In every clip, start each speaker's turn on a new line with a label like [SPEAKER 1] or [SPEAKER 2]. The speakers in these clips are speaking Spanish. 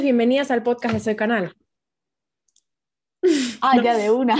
[SPEAKER 1] Bienvenidas al podcast de Soy Canal.
[SPEAKER 2] Ah,
[SPEAKER 1] No.
[SPEAKER 2] ya de una.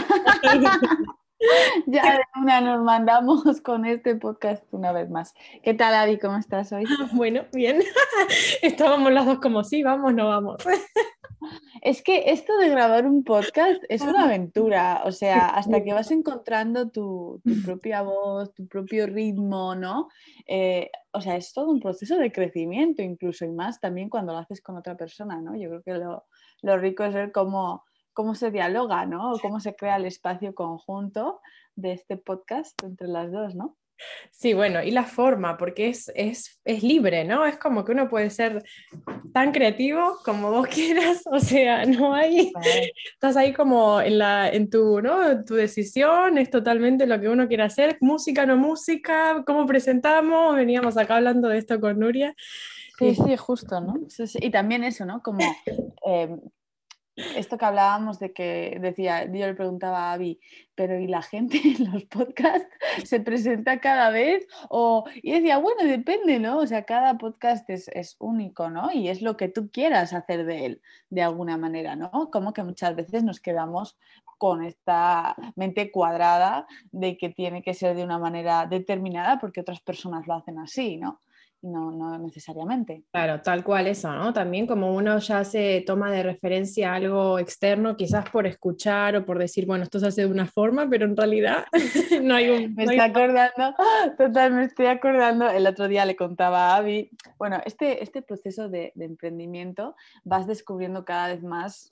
[SPEAKER 2] Ya de una nos mandamos con este podcast una vez más. ¿Qué tal, Avi? ¿Cómo estás hoy?
[SPEAKER 1] Bueno, bien. Estábamos las dos como sí, vamos, no vamos.
[SPEAKER 2] Es que esto de grabar un podcast es una aventura, o sea, hasta que vas encontrando tu propia voz, tu propio ritmo, ¿no? O sea, es todo un proceso de crecimiento incluso, y más también cuando lo haces con otra persona, ¿no? Yo creo que lo rico es ver cómo se dialoga, ¿no? O cómo se crea el espacio conjunto de este podcast entre las dos, ¿no?
[SPEAKER 1] Sí, bueno, y la forma, porque es libre, ¿no? Es como que uno puede ser tan creativo como vos quieras, o sea, no hay,
[SPEAKER 2] Claro.
[SPEAKER 1] estás ahí como en tu, ¿no? En tu decisión, es totalmente lo que uno quiere hacer, música, no música, cómo presentamos, veníamos acá hablando de esto con Nuria.
[SPEAKER 2] Sí, sí, justo, ¿no? Sí, sí. Y también eso, ¿no? Como eh, esto que hablábamos de que decía, yo le preguntaba a Avi, pero ¿y la gente en los podcasts se presenta cada vez? Y decía, bueno, depende, ¿no? O sea, cada podcast es único, ¿no? Y es lo que tú quieras hacer de él, de alguna manera, ¿no? Como que muchas veces nos quedamos con esta mente cuadrada de que tiene que ser de una manera determinada porque otras personas lo hacen así, ¿no? Y no necesariamente.
[SPEAKER 1] Claro, tal cual eso, ¿no? También como uno ya se toma de referencia algo externo, quizás por escuchar o por decir, bueno, esto se hace de una forma, pero en realidad no hay un...
[SPEAKER 2] Me
[SPEAKER 1] no hay-
[SPEAKER 2] está acordando, total, me estoy acordando, el otro día le contaba a Avi, bueno, este proceso de emprendimiento vas descubriendo cada vez más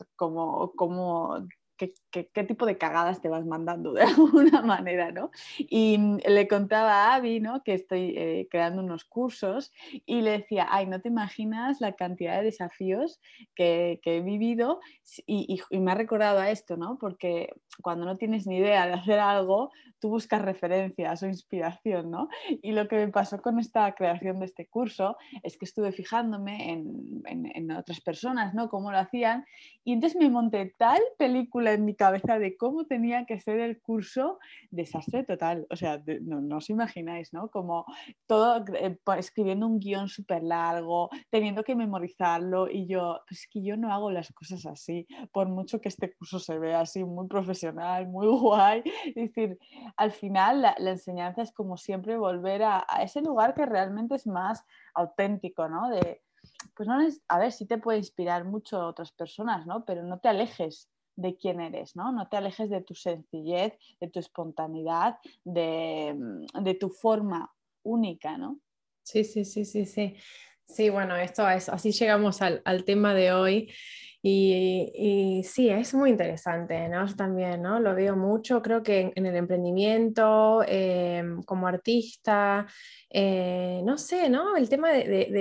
[SPEAKER 2] qué tipo de cagadas te vas mandando de alguna manera, ¿no? Y le contaba a Avi, ¿no? Que estoy creando unos cursos y le decía, ay, no te imaginas la cantidad de desafíos que he vivido y me ha recordado a esto, ¿no? Porque cuando no tienes ni idea de hacer algo, tú buscas referencias o inspiración, ¿no? Y lo que me pasó con esta creación de este curso es que estuve fijándome en otras personas, ¿no? Cómo lo hacían, y entonces me monté tal película en mi cabeza de cómo tenía que ser el curso, desastre total, o sea, no os imagináis, ¿no? Como todo escribiendo un guión súper largo, teniendo que memorizarlo, y yo, pues es que yo no hago las cosas así, por mucho que este curso se vea así muy profesional, muy guay, es decir, al final la enseñanza es como siempre volver a ese lugar que realmente es más auténtico, ¿no? Pues no es, a ver, sí te puede inspirar mucho a otras personas, ¿no? Pero no te alejes de quién eres, ¿no? No te alejes de tu sencillez, de tu espontaneidad, de tu forma única, ¿no?
[SPEAKER 1] Sí, sí, sí, sí, sí. Sí, bueno, esto es, así llegamos al tema de hoy. Y sí, es muy interesante, ¿no? Yo también, ¿no? Lo veo mucho, creo que en el emprendimiento, como artista, no sé, ¿no? El tema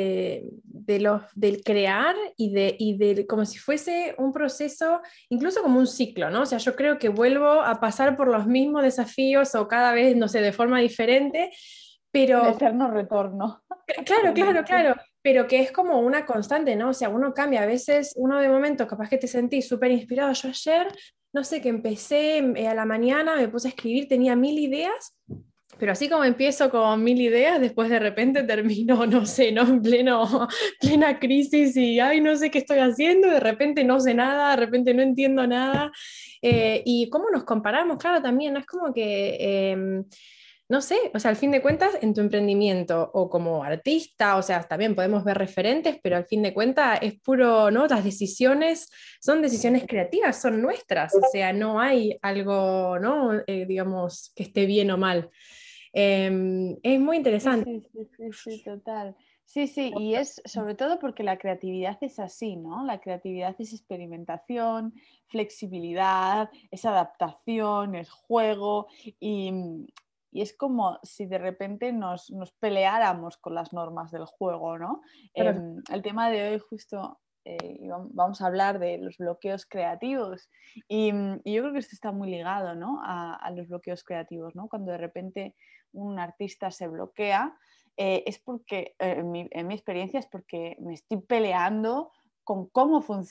[SPEAKER 1] del crear y de como si fuese un proceso, incluso como un ciclo, ¿no? O sea, yo creo que vuelvo a pasar por los mismos desafíos o cada vez, no sé, de forma diferente.
[SPEAKER 2] El
[SPEAKER 1] Pero
[SPEAKER 2] eterno retorno,
[SPEAKER 1] claro,
[SPEAKER 2] como
[SPEAKER 1] claro,
[SPEAKER 2] dicen.
[SPEAKER 1] claro, pero que es como una constante, ¿no? O sea, uno cambia, a veces uno de momento capaz que te sentís súper inspirado. Yo ayer, no sé, que empecé a la mañana, me puse a escribir, tenía 1000 ideas, pero así como empiezo con 1000 ideas, después de repente termino, no sé, ¿no? En plena crisis y, ay, no sé qué estoy haciendo, de repente no sé nada, de repente no entiendo nada. Y cómo nos comparamos, claro, también, ¿no? Es como que... no sé, o sea, al fin de cuentas, en tu emprendimiento o como artista, o sea, también podemos ver referentes, pero al fin de cuentas es puro, ¿no? Las decisiones son decisiones creativas, son nuestras, o sea, no hay algo, ¿no? Digamos, que esté bien o mal. Es muy
[SPEAKER 2] Sí,
[SPEAKER 1] interesante.
[SPEAKER 2] sí, sí, sí, sí, total. Sí, sí, y es sobre todo porque la creatividad es así, ¿no? La creatividad es experimentación, flexibilidad, es adaptación, es juego y, y es como si de repente nos peleáramos con las normas del juego, ¿no?
[SPEAKER 1] Pero,
[SPEAKER 2] El tema de hoy justo vamos a hablar de los bloqueos creativos y yo creo que esto está muy ligado, ¿no? A los bloqueos creativos, ¿no? Cuando de repente un artista se bloquea, es porque, en mi experiencia, es porque me estoy peleando con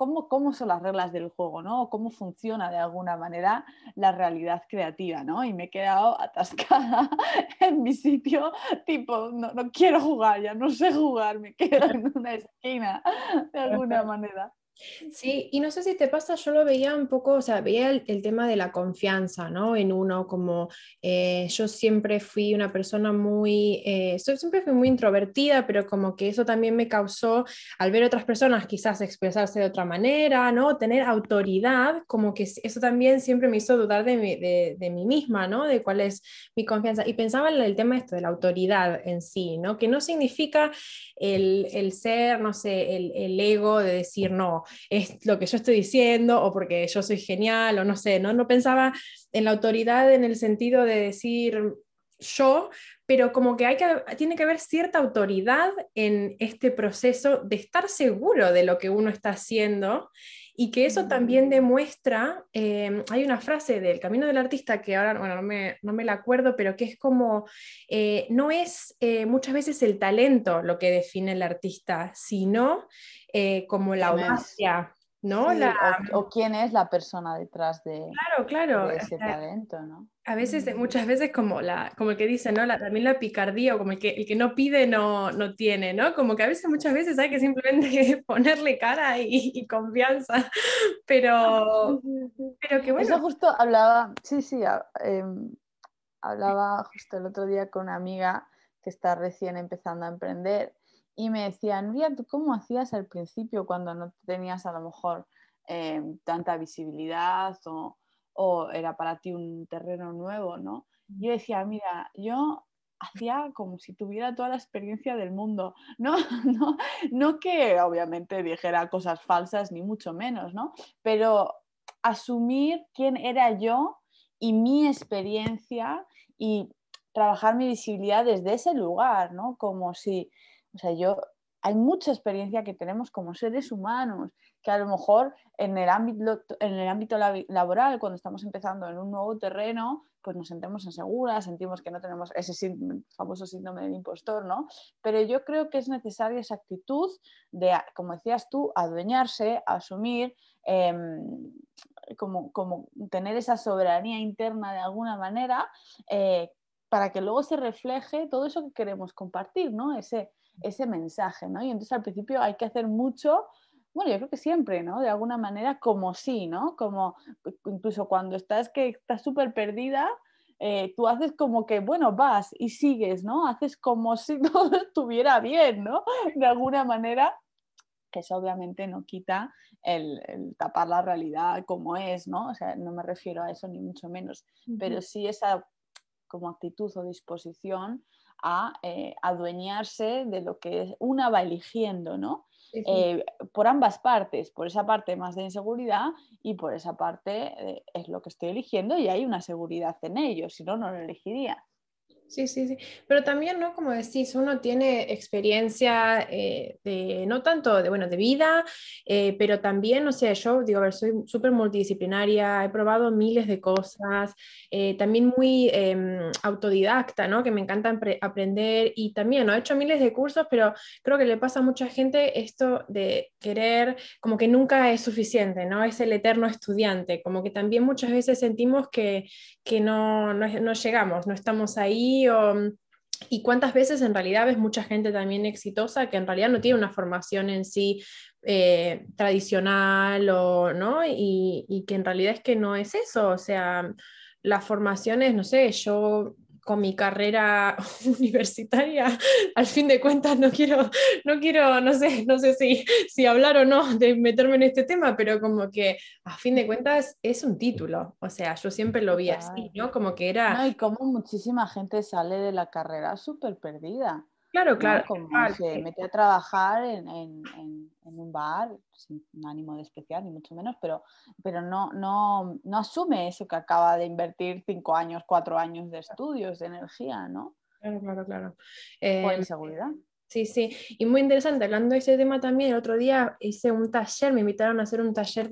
[SPEAKER 2] cómo son las reglas del juego, ¿no? O cómo funciona de alguna manera la realidad creativa, ¿no? Y me he quedado atascada en mi sitio, tipo, no quiero jugar, ya no sé jugar, me quedo en una esquina de alguna manera.
[SPEAKER 1] Sí, y no sé si te pasa, yo lo veía un poco, o sea, veía el tema de la confianza, ¿no? En uno, como yo siempre fui una persona muy, siempre fui muy introvertida, pero como que eso también me causó, al ver otras personas quizás expresarse de otra manera, ¿no? Tener autoridad, como que eso también siempre me hizo dudar de mí misma, ¿no? De cuál es mi confianza. Y pensaba en el tema esto de la autoridad en sí, ¿no? Que no significa el ser, no sé, el ego de decir, no es lo que yo estoy diciendo o porque yo soy genial o no sé, ¿no? No pensaba en la autoridad en el sentido de decir yo, pero como que, tiene que haber cierta autoridad en este proceso de estar seguro de lo que uno está haciendo y que eso también demuestra, hay una frase del Camino del Artista que ahora, bueno, no me la acuerdo, pero que es como, no es muchas veces el talento lo que define el artista, sino como la
[SPEAKER 2] ¿Quién es?
[SPEAKER 1] audacia, ¿no?
[SPEAKER 2] Sí, o quién es la persona detrás
[SPEAKER 1] Claro, claro.
[SPEAKER 2] de ese talento, ¿no?
[SPEAKER 1] A veces, muchas veces como el que dice, ¿no? También la picardía o como el que no pide no tiene, ¿no? Como que a veces, muchas veces hay que simplemente ponerle cara y confianza,
[SPEAKER 2] Sí,
[SPEAKER 1] pero,
[SPEAKER 2] sí, sí.
[SPEAKER 1] pero que bueno.
[SPEAKER 2] Eso justo hablaba, sí, sí, hablaba justo el otro día con una amiga que está recién empezando a emprender y me decía, Nuria, ¿tú cómo hacías al principio cuando no tenías a lo mejor tanta visibilidad o era para ti un terreno nuevo, ¿no? Y yo decía, mira, yo hacía como si tuviera toda la experiencia del mundo, no, no que obviamente dijera cosas falsas ni mucho menos, ¿no? Pero asumir quién era yo y mi experiencia y trabajar mi visibilidad desde ese lugar, ¿no? Como si, o sea, hay mucha experiencia que tenemos como seres humanos, que a lo mejor en el ámbito laboral, cuando estamos empezando en un nuevo terreno, pues nos sentimos inseguras, sentimos que no tenemos ese famoso síndrome del impostor, ¿no? Pero yo creo que es necesaria esa actitud de, como decías tú, adueñarse, asumir, como tener esa soberanía interna de alguna manera, para que luego se refleje todo eso que queremos compartir, ¿no? Ese mensaje, ¿no? Y entonces al principio hay que hacer mucho, bueno, yo creo que siempre, ¿no? De alguna manera como sí, ¿no? Como incluso cuando estás súper perdida, tú haces como que, bueno, vas y sigues, ¿no? Haces como si todo estuviera bien, ¿no? De alguna manera, que eso obviamente no quita el tapar la realidad como es, ¿no? O sea, no me refiero a eso ni mucho menos, pero sí esa como actitud o disposición a adueñarse de lo que una va eligiendo, ¿no?
[SPEAKER 1] Sí, sí.
[SPEAKER 2] Por ambas partes, por esa parte más de inseguridad y por esa parte es lo que estoy eligiendo y hay una seguridad en ello, si no, no lo elegiría.
[SPEAKER 1] Sí, sí, sí. Pero también, ¿no? Como decís, uno tiene experiencia no tanto bueno, de vida, pero también, no sé, yo digo, a ver, soy súper multidisciplinaria, he probado miles de cosas, también muy autodidacta, ¿no? Que me encanta aprender y también, ¿no? He hecho miles de cursos, pero creo que le pasa a mucha gente esto de querer, como que nunca es suficiente, ¿no? Es el eterno estudiante, como que también muchas veces sentimos que no llegamos, no estamos ahí. Y cuántas veces en realidad ves mucha gente también exitosa que en realidad no tiene una formación en sí tradicional ¿no? Y que en realidad es que no es eso, o sea, las formaciones, no sé, yo con mi carrera universitaria, al fin de cuentas no quiero, no sé si hablar o no de meterme en este tema, pero como que a fin de cuentas es un título, o sea, yo siempre lo vi así,
[SPEAKER 2] Total.
[SPEAKER 1] ¿no? Como que era,
[SPEAKER 2] No, y como muchísima gente sale de la carrera súper perdida,
[SPEAKER 1] claro,
[SPEAKER 2] ¿no?
[SPEAKER 1] claro,
[SPEAKER 2] Como
[SPEAKER 1] igual,
[SPEAKER 2] se mete a trabajar en un bar, sin ánimo de especial, ni mucho menos, pero no asume eso que acaba de invertir 5 años, 4 años de estudios, de energía, ¿no?
[SPEAKER 1] claro, claro, claro.
[SPEAKER 2] Por
[SPEAKER 1] Eh,
[SPEAKER 2] inseguridad.
[SPEAKER 1] Sí, sí, y muy interesante, hablando de ese tema también, el otro día hice un taller, me invitaron a hacer un taller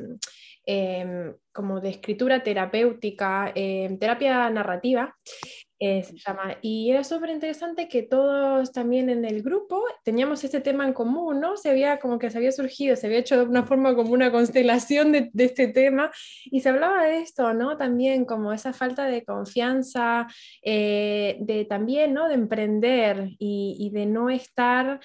[SPEAKER 1] como de escritura terapéutica, terapia narrativa, Se llama. Y era súper interesante que todos también en el grupo teníamos este tema en común, ¿no? Se había como que se había surgido, se había hecho de una forma como una constelación de este tema y se hablaba de esto, ¿no? También como esa falta de confianza, de también, ¿no? De emprender y de no estar,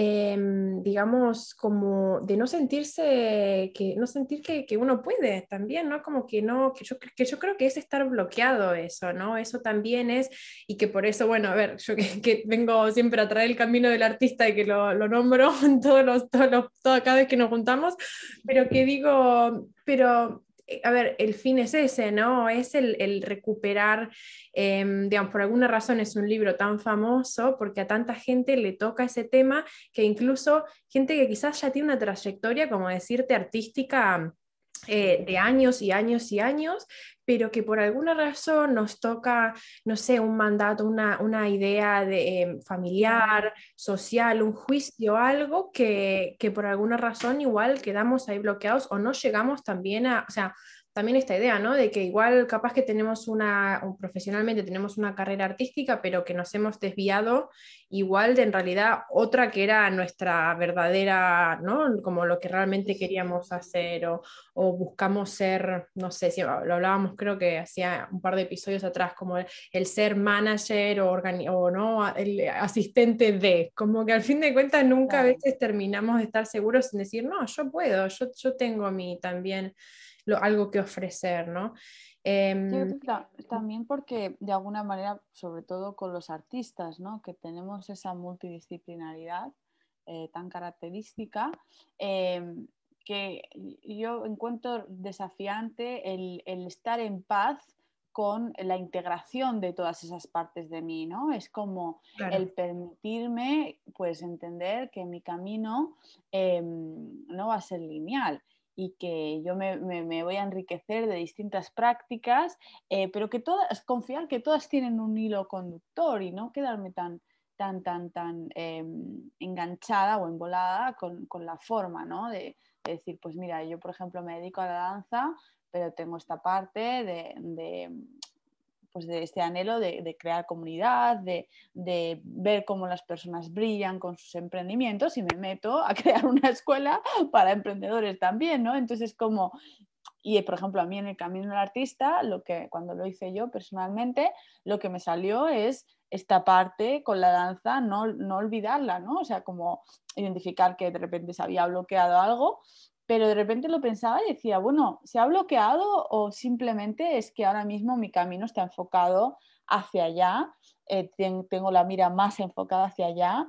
[SPEAKER 1] digamos, como de no sentirse, que no sentir que uno puede también, ¿no? Como que no, que yo creo que es estar bloqueado eso, ¿no? Eso también es, y que por eso, bueno, a ver, yo que vengo siempre a traer el camino del artista y que lo nombro en cada vez que nos juntamos, pero que digo, pero a ver, el fin es ese, ¿no? Es el recuperar, digamos, por alguna razón es un libro tan famoso porque a tanta gente le toca ese tema que incluso gente que quizás ya tiene una trayectoria, como decirte, artística. De años y años y años, pero que por alguna razón nos toca, no sé, un mandato, una idea de, familiar, social, un juicio, algo que por alguna razón igual quedamos ahí bloqueados o no llegamos también a, o sea, también esta idea, ¿no? De que igual capaz que tenemos o profesionalmente tenemos una carrera artística, pero que nos hemos desviado igual de en realidad otra que era nuestra verdadera, ¿no? Como lo que realmente queríamos hacer o buscamos ser, no sé, si lo hablábamos creo que hacía un par de episodios atrás, como el ser manager o no, el asistente de, como que al fin de cuentas nunca a
[SPEAKER 2] Claro.
[SPEAKER 1] veces terminamos de estar seguros sin decir, no, yo puedo, yo tengo a mí también algo que ofrecer, ¿no?
[SPEAKER 2] Yo
[SPEAKER 1] Em,
[SPEAKER 2] creo que también porque de alguna manera, sobre todo con los artistas, ¿no? Que tenemos esa multidisciplinaridad tan característica, que yo encuentro desafiante el estar en paz con la integración de todas esas partes de mí, ¿no? Es como
[SPEAKER 1] claro.
[SPEAKER 2] el permitirme, pues, entender que mi camino no va a ser lineal y que yo me voy a enriquecer de distintas prácticas, pero que todas, confiar que todas tienen un hilo conductor y no quedarme tan enganchada o embolada con la forma, ¿no? De decir, pues mira, yo por ejemplo me dedico a la danza, pero tengo esta parte pues de este anhelo de crear comunidad, de ver cómo las personas brillan con sus emprendimientos y me meto a crear una escuela para emprendedores también, ¿no? Entonces, como, y por ejemplo, a mí en el camino del artista, cuando lo hice yo personalmente, lo que me salió es esta parte con la danza, no olvidarla, ¿no? O sea, como identificar que de repente se había bloqueado algo, pero de repente lo pensaba y decía, bueno, ¿se ha bloqueado o simplemente es que ahora mismo mi camino está enfocado hacia allá? Tengo la mira más enfocada hacia allá.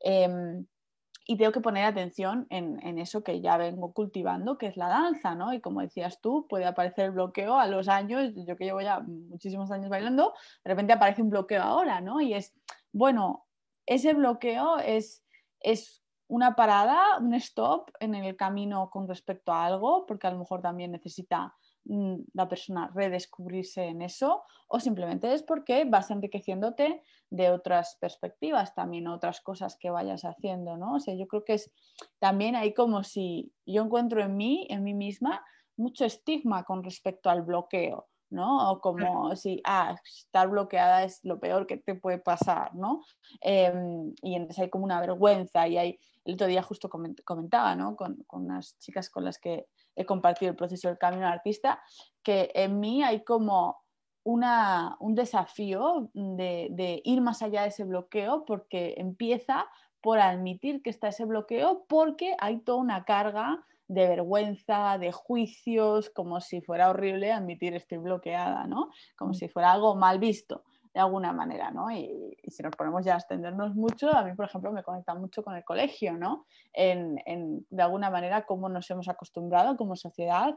[SPEAKER 2] Y tengo que poner atención en eso que ya vengo cultivando, que es la danza, ¿no? Y como decías tú, puede aparecer el bloqueo a los años, yo que llevo ya muchísimos años bailando, de repente aparece un bloqueo ahora, ¿no? Y es, bueno, ese bloqueo es una parada, un stop en el camino con respecto a algo, porque a lo mejor también necesita la persona redescubrirse en eso, o simplemente es porque vas enriqueciéndote de otras perspectivas, también otras cosas que vayas haciendo, ¿no? O sea, yo creo que es también hay como si yo encuentro en mí misma, mucho estigma con respecto al bloqueo, ¿no? O como si, estar bloqueada es lo peor que te puede pasar, ¿no? Y entonces hay como una vergüenza y hay, el otro día justo comentaba, ¿no? Con unas chicas con las que he compartido el proceso del camino al artista, que en mí hay como un desafío de ir más allá de ese bloqueo porque empieza por admitir que está ese bloqueo porque hay toda una carga de vergüenza, de juicios, como si fuera horrible admitir estoy bloqueada, ¿no? Como si fuera algo mal visto de alguna manera, ¿no? Y si nos ponemos ya a extendernos mucho, a mí, por ejemplo, me conecta mucho con el colegio, ¿no? De alguna manera, cómo nos hemos acostumbrado como sociedad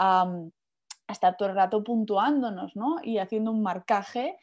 [SPEAKER 2] a estar todo el rato puntuándonos, ¿no? Y haciendo un marcaje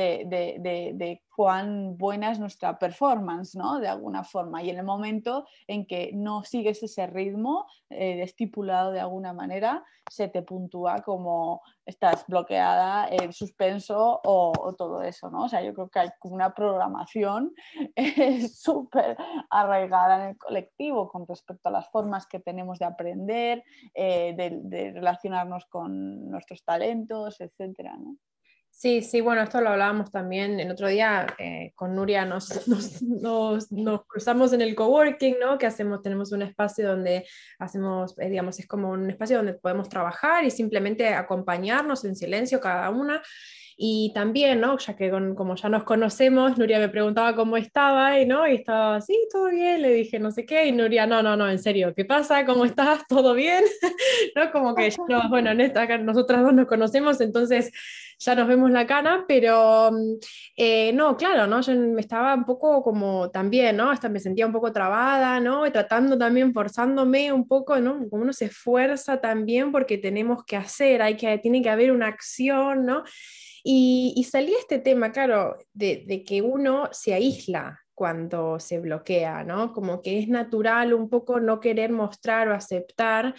[SPEAKER 2] de cuán buena es nuestra performance, ¿no? De alguna forma. Y en el momento en que no sigues ese ritmo estipulado de alguna manera, se te puntúa como estás bloqueada, suspenso o todo eso, ¿no? O sea, yo creo que hay una programación súper arraigada en el colectivo con respecto a las formas que tenemos de aprender, de relacionarnos con nuestros talentos, etcétera, ¿no?
[SPEAKER 1] Sí, sí, bueno, esto lo hablábamos también el otro día con Nuria, nos cruzamos en el coworking, ¿no? Que hacemos, tenemos un espacio donde hacemos, digamos, es como un espacio donde podemos trabajar y simplemente acompañarnos en silencio cada una. Y también, ¿no? Ya que como ya nos conocemos, Nuria me preguntaba cómo estaba, y, ¿no? Y estaba, sí, todo bien, le dije no sé qué, y Nuria, no, no, no, en serio, ¿qué pasa? ¿Cómo estás? ¿Todo bien? ¿No? Como que ya no, bueno, acá nosotras dos nos conocemos, entonces ya nos vemos la cara, pero no, claro, ¿no? Yo me estaba un poco como también, ¿no? Hasta me sentía un poco trabada, ¿no? Y tratando también, forzándome un poco, ¿no? Como uno se esfuerza también porque tenemos que hacer, tiene que haber una acción, ¿no? Y salía este tema, claro, de que uno se aísla cuando se bloquea, ¿no? Como que es natural un poco no querer mostrar o aceptar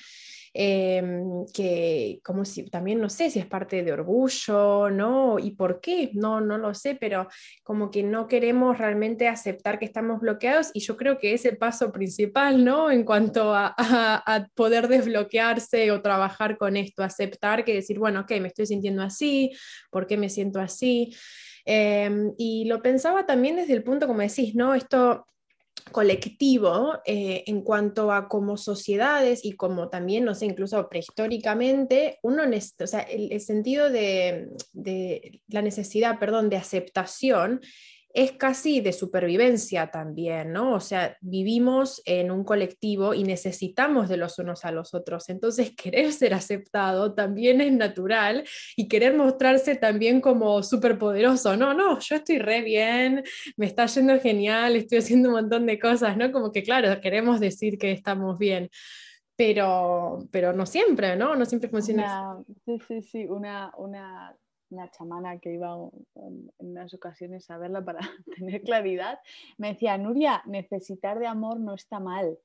[SPEAKER 1] que como si también no sé si es parte de orgullo, ¿no? ¿Y por qué? No, no lo sé, pero como que no queremos realmente aceptar que estamos bloqueados y yo creo que es el paso principal, ¿no? En cuanto a poder desbloquearse o trabajar con esto, aceptar que decir, bueno, ok, me estoy sintiendo así, ¿por qué me siento así? Y lo pensaba también desde el punto, como decís, ¿no? Esto colectivo en cuanto a como sociedades y como también, no sé, incluso prehistóricamente, o sea, el sentido de la necesidad, perdón, de aceptación es casi de supervivencia también, ¿no? O sea, vivimos en un colectivo y necesitamos de los unos a los otros. Entonces, querer ser aceptado también es natural y querer mostrarse también como superpoderoso. No, no, yo estoy re bien, me está yendo genial, estoy haciendo un montón de cosas, ¿no? Como que, claro, queremos decir que estamos bien, pero no siempre, ¿no? No siempre funciona así.
[SPEAKER 2] Sí, sí, sí, una chamana que iba en unas ocasiones a verla para tener claridad, me decía, Nuria, necesitar de amor no está mal.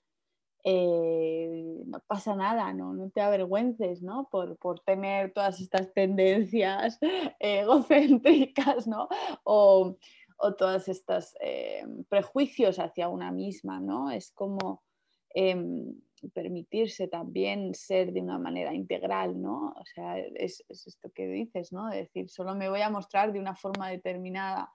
[SPEAKER 2] No pasa nada, no te avergüences, ¿no? Por tener todas estas tendencias egocéntricas, ¿no? O todas estas prejuicios hacia una misma, ¿no? Es como permitirse también ser de una manera integral, ¿no? O sea, es esto que dices, ¿no? De decir, solo me voy a mostrar de una forma determinada.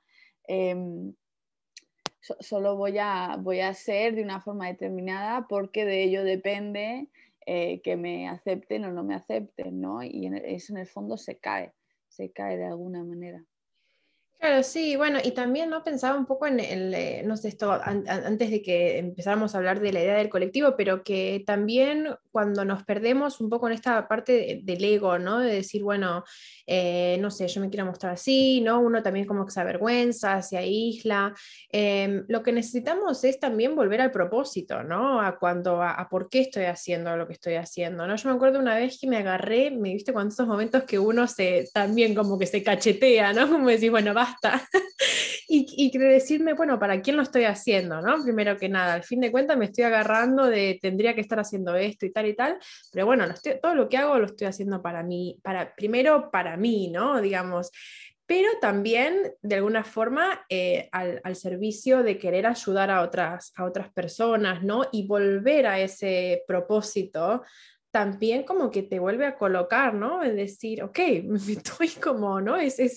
[SPEAKER 2] Solo voy a ser de una forma determinada porque de ello depende que me acepten o no me acepten, ¿no? Y eso en el fondo se cae de alguna manera.
[SPEAKER 1] Claro, sí, bueno, y también no pensaba un poco en no sé, esto antes de que empezáramos a hablar de la idea del colectivo, pero que también cuando nos perdemos un poco en esta parte del ego, ¿no? De decir, bueno, no sé, yo me quiero mostrar así, ¿no? Uno también como que se avergüenza, se aísla. Lo que necesitamos es también volver al propósito, ¿no? A por qué estoy haciendo lo que estoy haciendo, ¿no? Yo me acuerdo una vez que me agarré, me viste, cuando esos momentos que uno se también como que se cachetea, ¿no? Como decir, bueno, basta. Y de decirme, bueno, ¿para quién lo estoy haciendo, no? Primero que nada, al fin de cuentas me estoy agarrando de tendría que estar haciendo esto y tal, pero bueno, todo lo que hago lo estoy haciendo para mí, primero para mí, ¿no? Digamos, pero también de alguna forma al servicio de querer ayudar a otras personas, ¿no? Y volver a ese propósito también como que te vuelve a colocar, ¿no? Es decir, ok, me estoy como, ¿no? Es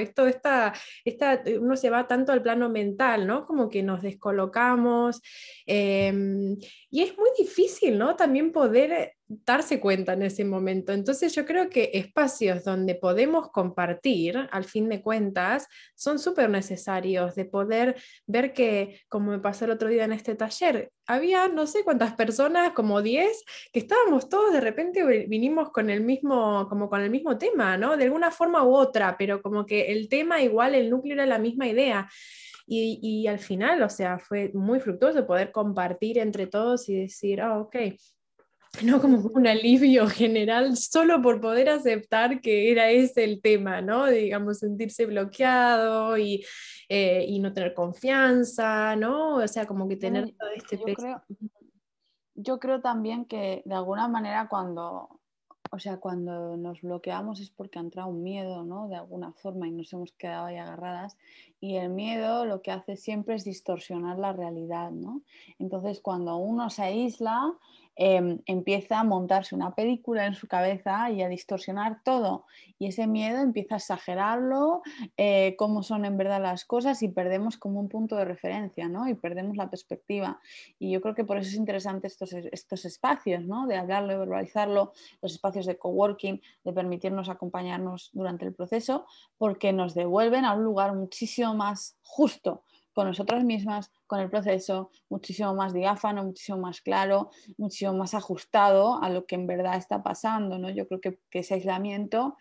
[SPEAKER 1] uno se va tanto al plano mental, ¿no? Como que nos descolocamos y es muy difícil, ¿no? También poder darse cuenta en ese momento. Entonces yo creo que espacios donde podemos compartir, al fin de cuentas, son súper necesarios de poder ver que, como me pasó el otro día en este taller, había no sé cuántas personas, como 10 que estábamos todos de repente vinimos con el mismo, como con el mismo tema, ¿no? De alguna forma u otra, pero como que el tema igual, el núcleo era la misma idea. Y al final, o sea, fue muy fructuoso poder compartir entre todos y decir, ah, ok, no
[SPEAKER 2] Sí,
[SPEAKER 1] como
[SPEAKER 2] sí,
[SPEAKER 1] un alivio general solo por poder aceptar que era ese el tema, ¿no? Digamos, sentirse bloqueado y no tener confianza, ¿no? O sea, como que
[SPEAKER 2] bueno,
[SPEAKER 1] tener todo este
[SPEAKER 2] yo
[SPEAKER 1] peso.
[SPEAKER 2] creo, yo creo también que de alguna manera o sea, cuando nos bloqueamos es porque ha entrado un miedo, ¿no? De alguna forma y nos hemos quedado ahí agarradas. Y el miedo lo que hace siempre es distorsionar la realidad, ¿no? Entonces, cuando uno se aísla, empieza a montarse una película en su cabeza y a distorsionar todo. Y ese miedo empieza a exagerarlo, cómo son en verdad las cosas, y perdemos como un punto de referencia, ¿no? Y perdemos la perspectiva. Y yo creo que por eso es interesante estos espacios, ¿no? De hablarlo, de verbalizarlo, los espacios de coworking, de permitirnos acompañarnos durante el proceso, porque nos devuelven a un lugar muchísimo más justo con nosotras mismas, con el proceso, muchísimo más diáfano, muchísimo más claro, muchísimo más ajustado a lo que en verdad está pasando, ¿no? Yo creo que ese aislamiento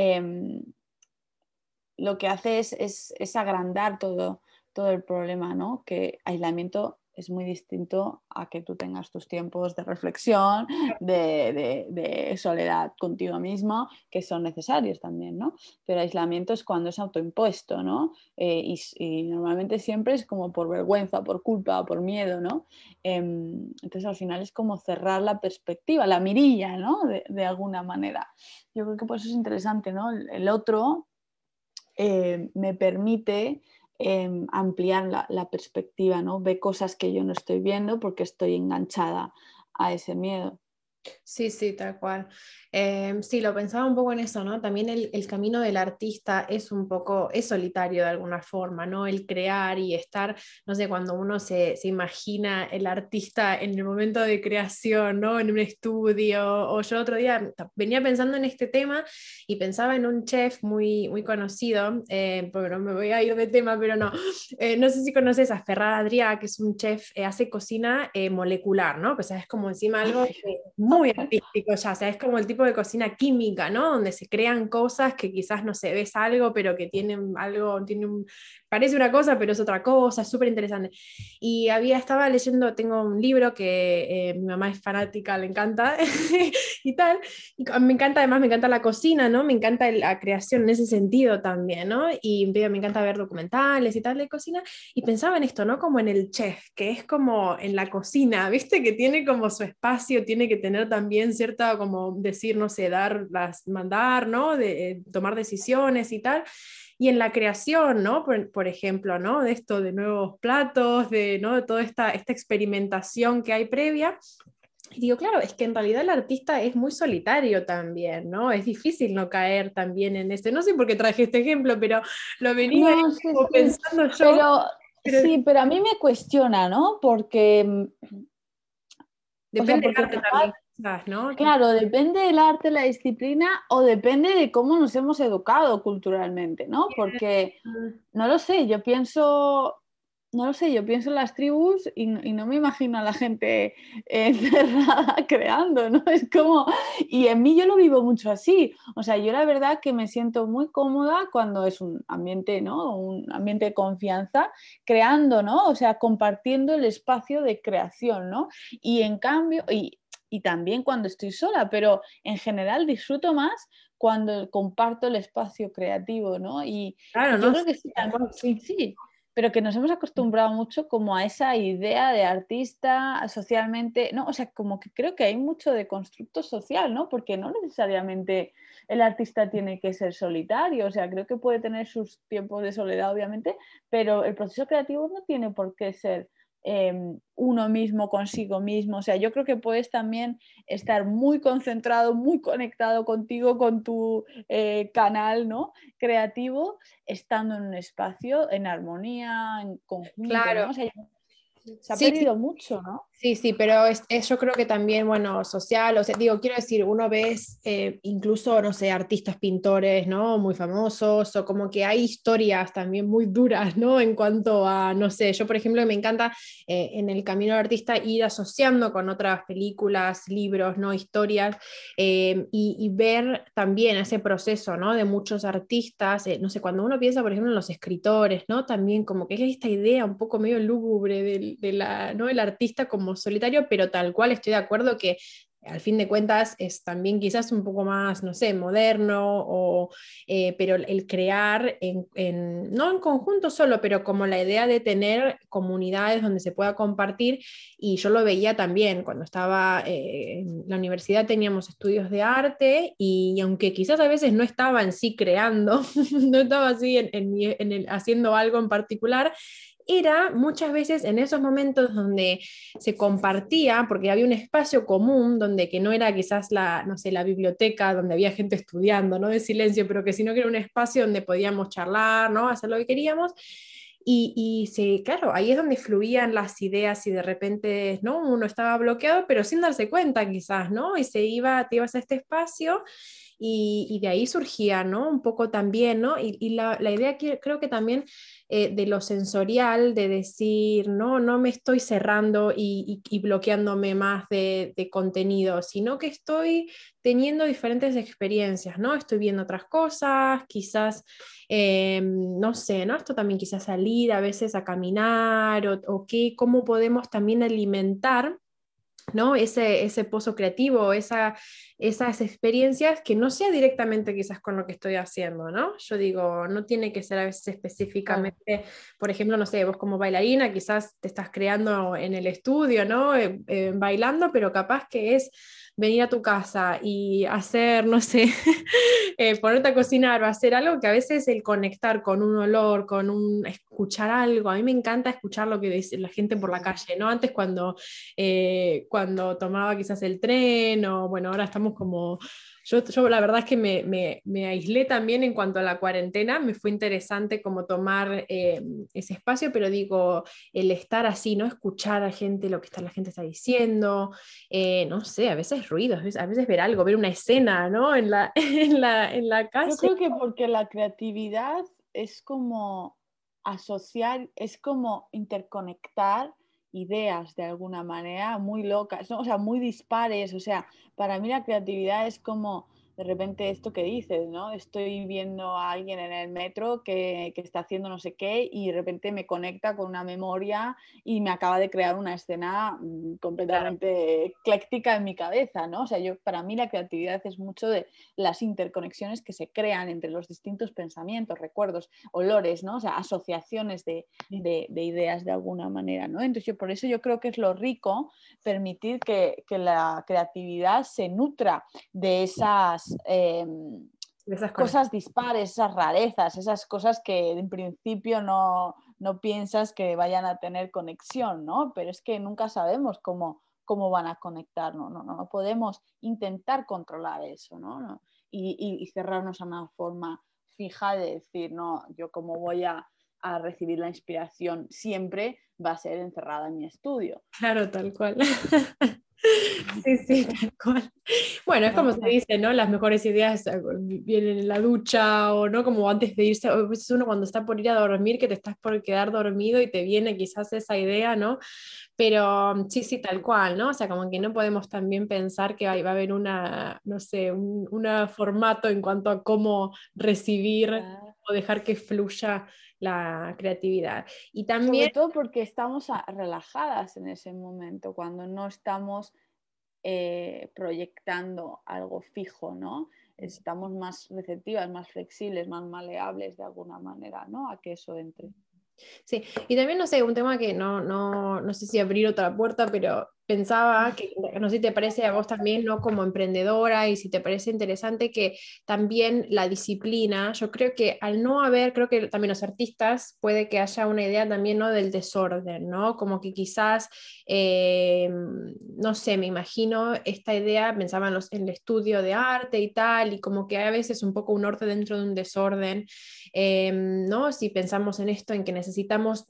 [SPEAKER 2] lo que hace es agrandar todo el problema, ¿no? Que aislamiento es muy distinto a que tú tengas tus tiempos de reflexión, de soledad contigo mismo, que son necesarios también, ¿no? Pero aislamiento es cuando es autoimpuesto, ¿no? Y normalmente siempre es como por vergüenza, por culpa, por miedo, ¿no? Entonces al final es como cerrar la perspectiva, la mirilla, ¿no? De alguna manera. Yo creo que por eso es interesante, ¿no? El otro me permite ampliar la perspectiva, ¿no? Ve cosas que yo no estoy viendo porque estoy enganchada a ese miedo.
[SPEAKER 1] Sí, sí, tal cual. Sí, lo pensaba un poco en eso, ¿no? También el camino del artista es un poco, es solitario de alguna forma, ¿no? El crear y estar, no sé, cuando uno se imagina el artista en el momento de creación, ¿no? En un estudio, o yo otro día venía pensando en este tema y pensaba en un chef muy, muy conocido, porque no me voy a ir de tema, pero no, no sé si conoces a Ferran Adrià, que es un chef, hace cocina molecular, ¿no? O sea, es como encima algo muy artístico ya, o sea, es como el tipo de cocina química, ¿no? Donde se crean cosas que quizás no se ves algo, pero que tienen algo, parece una cosa, pero es otra cosa, es súper interesante. Y estaba leyendo, tengo un libro que mi mamá es fanática, le encanta, y tal, y me encanta, además me encanta la cocina, ¿no? Me encanta la creación en ese sentido también, ¿no? Y me encanta ver documentales y tal de cocina, y pensaba en esto, ¿no? Como en el chef, que es como en la cocina, ¿viste? Que tiene como su espacio, tiene que tener también cierta, como decir, no sé, mandar, ¿no? Tomar decisiones y tal. Y en la creación, ¿no? Por ejemplo, ¿no? De esto de nuevos platos, ¿no? De toda esta experimentación que hay previa. Y digo, claro, es que en realidad el artista es muy solitario también, ¿no? Es difícil no caer también en este. No sé por qué traje este ejemplo, pero lo venía
[SPEAKER 2] No, sí,
[SPEAKER 1] como
[SPEAKER 2] sí,
[SPEAKER 1] pensando yo. Pero
[SPEAKER 2] pero a mí me cuestiona, ¿no? Porque, o sea,
[SPEAKER 1] depende del
[SPEAKER 2] porque
[SPEAKER 1] arte también, quizás, ¿no?
[SPEAKER 2] claro, depende del arte, la disciplina, o depende de cómo nos hemos educado culturalmente, ¿no? Porque, no lo sé, yo pienso en las tribus y no me imagino a la gente encerrada creando, ¿no? Es como, y en mí yo lo vivo mucho así, o sea, yo la verdad que me siento muy cómoda cuando es un ambiente, ¿no? Un ambiente de confianza, creando, ¿no? O sea, compartiendo el espacio de creación, ¿no? Y en cambio, y también cuando estoy sola, pero en general disfruto más cuando comparto el espacio creativo, ¿no?
[SPEAKER 1] Claro,
[SPEAKER 2] Y yo
[SPEAKER 1] ¿no?
[SPEAKER 2] creo que sí,
[SPEAKER 1] Tal cual, sí.
[SPEAKER 2] sí, pero que nos hemos acostumbrado mucho como a esa idea de artista socialmente, ¿no? O sea, como que creo que hay mucho de constructo social, ¿no? Porque no necesariamente el artista tiene que ser solitario, o sea, creo que puede tener sus tiempos de soledad, obviamente, pero el proceso creativo no tiene por qué ser uno mismo consigo mismo, o sea, yo creo que puedes también estar muy concentrado, muy conectado contigo, con tu canal, ¿no? Creativo, estando en un espacio en armonía, en conjunto,
[SPEAKER 1] Claro.
[SPEAKER 2] ¿no? O sea, se ha
[SPEAKER 1] Sí, sí,
[SPEAKER 2] perdido mucho, ¿no?
[SPEAKER 1] sí, sí, pero yo creo que también, bueno, social, o sea, digo, quiero decir, uno ves incluso, no sé, artistas, pintores, ¿no? Muy famosos, o como que hay historias también muy duras, ¿no? En cuanto a, no sé, yo por ejemplo me encanta en el camino del artista ir asociando con otras películas, libros, ¿no? Historias, y ver también ese proceso, ¿no? De muchos artistas, no sé, cuando uno piensa, por ejemplo, en los escritores, ¿no? También como que es esta idea un poco medio lúgubre ¿no? El artista como solitario, pero tal cual estoy de acuerdo que al fin de cuentas es también quizás un poco más, no sé, moderno, pero el crear, no en conjunto solo, pero como la idea de tener comunidades donde se pueda compartir, y yo lo veía también cuando estaba en la universidad, teníamos estudios de arte, y aunque quizás a veces no estaba en sí creando, no estaba así haciendo algo en particular, era muchas veces en esos momentos donde se compartía, porque había un espacio común donde que no era quizás la, no sé, la biblioteca donde había gente estudiando, no de silencio, pero que sino que era un espacio donde podíamos charlar, ¿no? Hacer lo que queríamos. Claro, ahí es donde fluían las ideas y de repente, ¿no? Uno estaba bloqueado, pero sin darse cuenta quizás, ¿no? Y te ibas a este espacio y de ahí surgía, ¿no? Un poco también, ¿no? La idea que creo que también de lo sensorial, de decir, no, no me estoy cerrando y bloqueándome más de contenido, sino que estoy teniendo diferentes experiencias, ¿no? Estoy viendo otras cosas, quizás, no sé, ¿no? Esto también quizás salir a veces a caminar o qué, cómo podemos también alimentar, ¿no? Ese pozo creativo, esas experiencias que no sea directamente quizás con lo que estoy haciendo, ¿no? Yo digo, no tiene que ser a veces
[SPEAKER 2] Claro.
[SPEAKER 1] específicamente, por ejemplo, no sé, vos como bailarina quizás te estás creando en el estudio, ¿no? Bailando, pero capaz que es venir a tu casa y hacer, no sé, ponerte a cocinar o hacer algo que a veces el conectar con un olor, escuchar algo, a mí me encanta escuchar lo que dice la gente por la calle, ¿no? Antes cuando tomaba quizás el tren o bueno, ahora estamos como... Yo la verdad es que me aislé también en cuanto a la cuarentena, me fue interesante como tomar ese espacio, pero digo, el estar así, ¿no? Escuchar a gente, lo que la gente está diciendo, no sé, a veces ruidos, a veces ver algo, ver una escena, ¿no? En la
[SPEAKER 2] Yo
[SPEAKER 1] calle.
[SPEAKER 2] creo que porque la creatividad es como asociar, es como interconectar ideas de alguna manera muy locas, ¿no? O sea, muy dispares. O sea, para mí la creatividad es como de repente esto que dices, ¿no? Estoy viendo a alguien en el metro que está haciendo no sé qué y de repente me conecta con una memoria y me acaba de crear una escena
[SPEAKER 1] Claro,
[SPEAKER 2] completamente ecléctica en mi cabeza, ¿no? O sea, para mí la creatividad es mucho de las interconexiones que se crean entre los distintos pensamientos, recuerdos, olores, ¿no? O sea, asociaciones de ideas de alguna manera, ¿no? Entonces, por eso yo creo que es lo rico permitir que la creatividad se nutra de esas
[SPEAKER 1] de esas
[SPEAKER 2] cosas
[SPEAKER 1] conexiones.
[SPEAKER 2] dispares, esas rarezas, esas cosas que en principio no piensas que vayan a tener conexión, ¿no? Pero es que nunca sabemos cómo van a conectar, no podemos intentar controlar eso, ¿no? Y cerrarnos a una forma fija de decir, no, yo como voy a recibir la inspiración siempre va a ser encerrada en mi estudio.
[SPEAKER 1] Claro, tal cual. Sí, sí, tal cual. Bueno, es como se
[SPEAKER 2] ¿No?
[SPEAKER 1] dice, ¿no? Las mejores ideas vienen en la ducha o no, como antes de irse, o a veces uno cuando está por ir a dormir, que te estás por quedar dormido y te viene quizás esa idea, ¿no? Pero sí, sí, tal cual, ¿no? O sea, como que no podemos también pensar que va a haber una, no sé, un formato en cuanto a cómo recibir
[SPEAKER 2] Claro.
[SPEAKER 1] o dejar que fluya la creatividad. Y también
[SPEAKER 2] Sobre todo porque estamos relajadas en ese momento, cuando no estamos proyectando algo fijo, ¿no? Estamos más receptivas, más flexibles, más maleables de alguna manera, ¿no? A que eso entre.
[SPEAKER 1] sí, y también no sé, un tema que no sé si abrir otra puerta, pero pensaba que, no sé si te parece a vos también, ¿no? Como emprendedora y si te parece interesante que también la disciplina, yo creo que al no haber, creo que también los artistas puede que haya una idea también, ¿no? Del desorden, ¿no? Como que quizás, no sé, me imagino esta idea, pensaba en el estudio de arte y tal, y como que hay a veces un poco un orden dentro de un desorden. ¿No? Si pensamos en esto, en que necesitamos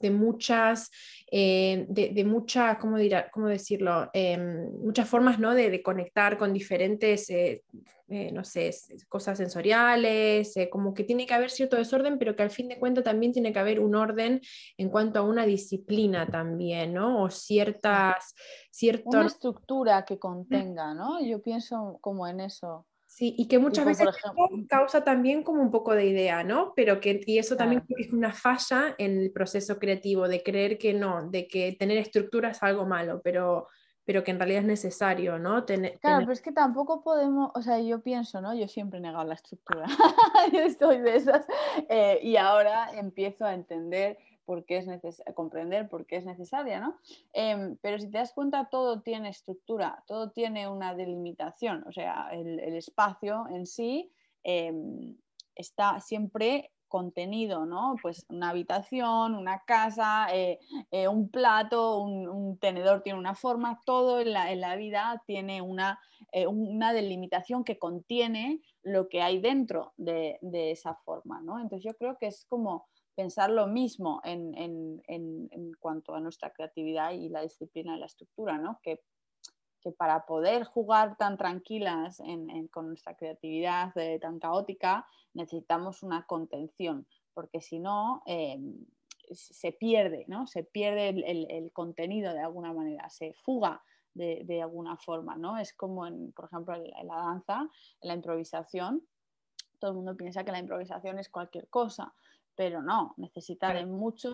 [SPEAKER 1] de muchas, ¿cómo decirlo? Muchas formas, ¿no? de conectar con diferentes, no sé, cosas sensoriales, como que tiene que haber cierto desorden, pero que al fin de cuentas también tiene que haber un orden en cuanto a una disciplina también, ¿no? O
[SPEAKER 2] Sí.
[SPEAKER 1] cierto...
[SPEAKER 2] Una estructura que contenga, ¿no? Yo pienso como en eso.
[SPEAKER 1] Sí, y que muchas
[SPEAKER 2] Tipo,
[SPEAKER 1] veces
[SPEAKER 2] por
[SPEAKER 1] esto
[SPEAKER 2] ejemplo,
[SPEAKER 1] causa también como un poco de idea, ¿no? Y eso también
[SPEAKER 2] claro.
[SPEAKER 1] creo que es una falla en el proceso creativo, de creer que no, de que tener estructura es algo malo, pero que en realidad es necesario, ¿no?
[SPEAKER 2] Claro, pero es que tampoco podemos, o sea, yo pienso, ¿no? Yo siempre he negado la estructura. Yo estoy de esas. Y ahora empiezo a entender por qué es comprender por qué es necesaria, ¿no? Pero si te das cuenta, todo tiene estructura, todo tiene una delimitación. O sea, el espacio en sí está siempre contenido, ¿no? Pues una habitación, una casa, un plato, un tenedor tiene una forma, todo en la vida tiene una delimitación que contiene lo que hay dentro de esa forma, ¿no? Entonces yo creo que es como pensar lo mismo en cuanto a nuestra creatividad y la disciplina y la estructura, ¿no? Que para poder jugar tan tranquilas con nuestra creatividad tan caótica, necesitamos una contención, porque si no, se pierde, ¿no? Se pierde el contenido de alguna manera, se fuga de alguna forma, ¿no? Es como, por ejemplo, en la danza, en la improvisación. Todo el mundo piensa que la improvisación es cualquier cosa, pero no, necesita de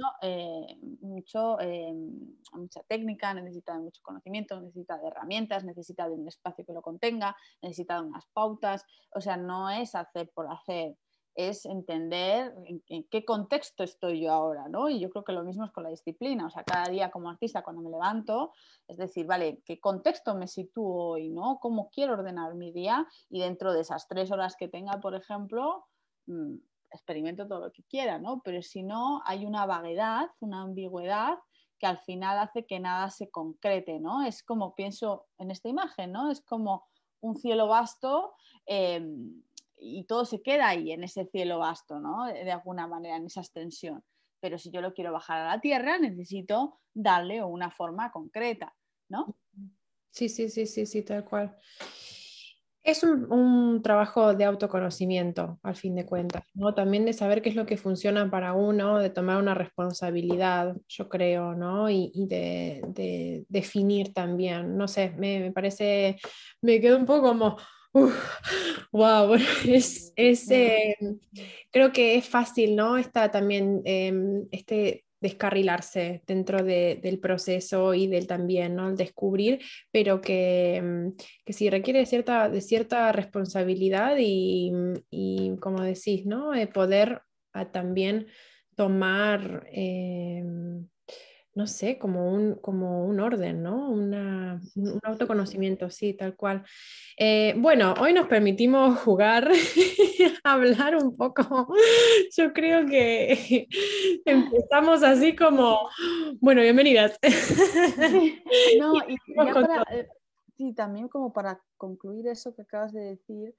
[SPEAKER 2] mucha técnica, necesita de mucho conocimiento, necesita de herramientas, necesita de un espacio que lo contenga, necesita de unas pautas, o sea, no es hacer por hacer, es entender en qué contexto estoy yo ahora, ¿no? Y yo creo que lo mismo es con la disciplina, o sea, cada día como artista cuando me levanto, es decir, vale, ¿qué contexto me sitúo hoy, ¿no? ¿Cómo quiero ordenar mi día? Y dentro de esas 3 horas que tenga, por ejemplo, experimento todo lo que quiera, ¿no? Pero si no, hay una vaguedad, una ambigüedad que al final hace que nada se concrete, ¿no? Es como pienso en esta imagen, ¿no? Es como un cielo vasto y todo se queda ahí en ese cielo vasto, ¿no? De alguna manera, en esa extensión. Pero si yo lo quiero bajar a la tierra, necesito darle una forma concreta, ¿no?
[SPEAKER 1] Sí, sí, sí, sí, sí, tal cual. Es un trabajo de autoconocimiento, al fin de cuentas, ¿no? También de saber qué es lo que funciona para uno, de tomar una responsabilidad, yo creo, ¿no? Y de definir también. No sé, me parece, me quedo un poco como, wow, creo que es fácil, ¿no? Está también descarrilarse dentro del proceso y del también, ¿no? El descubrir, pero que sí requiere de cierta responsabilidad y como decís, ¿no? Poder también tomar, no sé, como un orden, ¿no? Un autoconocimiento, sí, tal cual. Bueno, hoy nos permitimos jugar, hablar un poco. Yo creo que empezamos así como, bueno, bienvenidas.
[SPEAKER 2] Sí, no, y
[SPEAKER 1] Vamos
[SPEAKER 2] ya
[SPEAKER 1] con todo.
[SPEAKER 2] sí, también como para concluir eso que acabas de decir,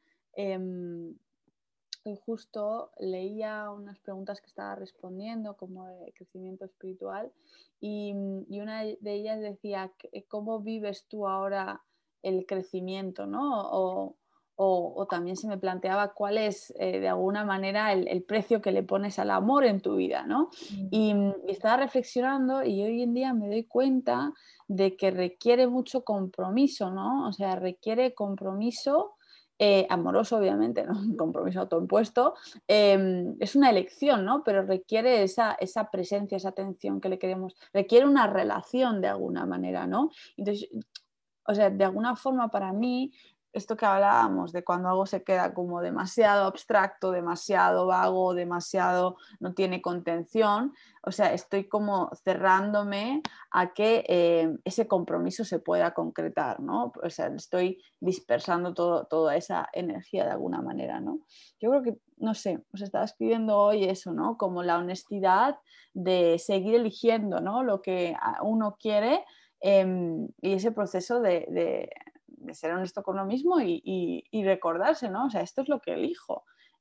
[SPEAKER 2] hoy justo leía unas preguntas que estaba respondiendo como de crecimiento espiritual y una de ellas decía, ¿cómo vives tú ahora el crecimiento, ¿no? O también se me planteaba cuál es de alguna manera el precio que le pones al amor en tu vida, ¿no? Y estaba reflexionando y hoy en día me doy cuenta de que requiere mucho compromiso, ¿no? O sea, requiere compromiso amoroso, obviamente, ¿no? Un compromiso autoimpuesto, es una elección, ¿no? Pero requiere esa presencia, esa atención que le queremos, requiere una relación de alguna manera, ¿no? Entonces, o sea, de alguna forma para mí, esto que hablábamos de cuando algo se queda como demasiado abstracto, demasiado vago, demasiado no tiene contención, o sea, estoy como cerrándome a que ese compromiso se pueda concretar, ¿no? O sea, estoy dispersando toda esa energía de alguna manera, ¿no? Yo creo que, no sé, os estaba escribiendo hoy eso, ¿no? Como la honestidad de seguir eligiendo, ¿no? Lo que uno quiere y ese proceso de ser honesto con uno mismo y recordarse, ¿no? O sea, esto es lo que elijo.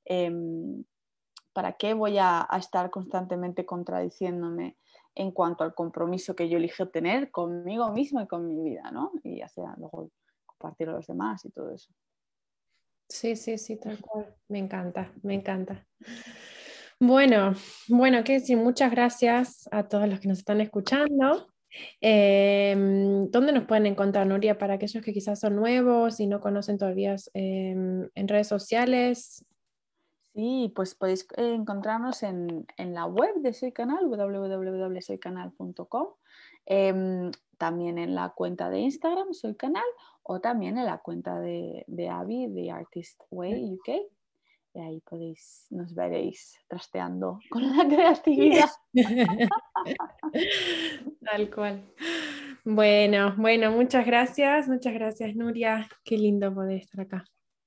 [SPEAKER 2] ¿Para qué voy a estar constantemente contradiciéndome en cuanto al compromiso que yo elijo tener conmigo mismo y con mi vida, ¿no? Y hacia luego compartirlo a los demás y todo eso.
[SPEAKER 1] Sí, sí, sí, tal cual. Me encanta, me encanta. Bueno, qué decir, muchas gracias a todos los que nos están escuchando. ¿Dónde nos pueden encontrar, Nuria, para aquellos que quizás son nuevos y no conocen todavía en redes sociales?
[SPEAKER 2] Sí, pues podéis encontrarnos en la web de Soy Canal, www.soycanal.com, también en la cuenta de Instagram, Soy Canal, o también en la cuenta de Abby, The Artist Way UK. Y ahí nos veréis trasteando con la creatividad.
[SPEAKER 1] Tal cual. Bueno, muchas gracias, Nuria. Qué lindo poder estar acá.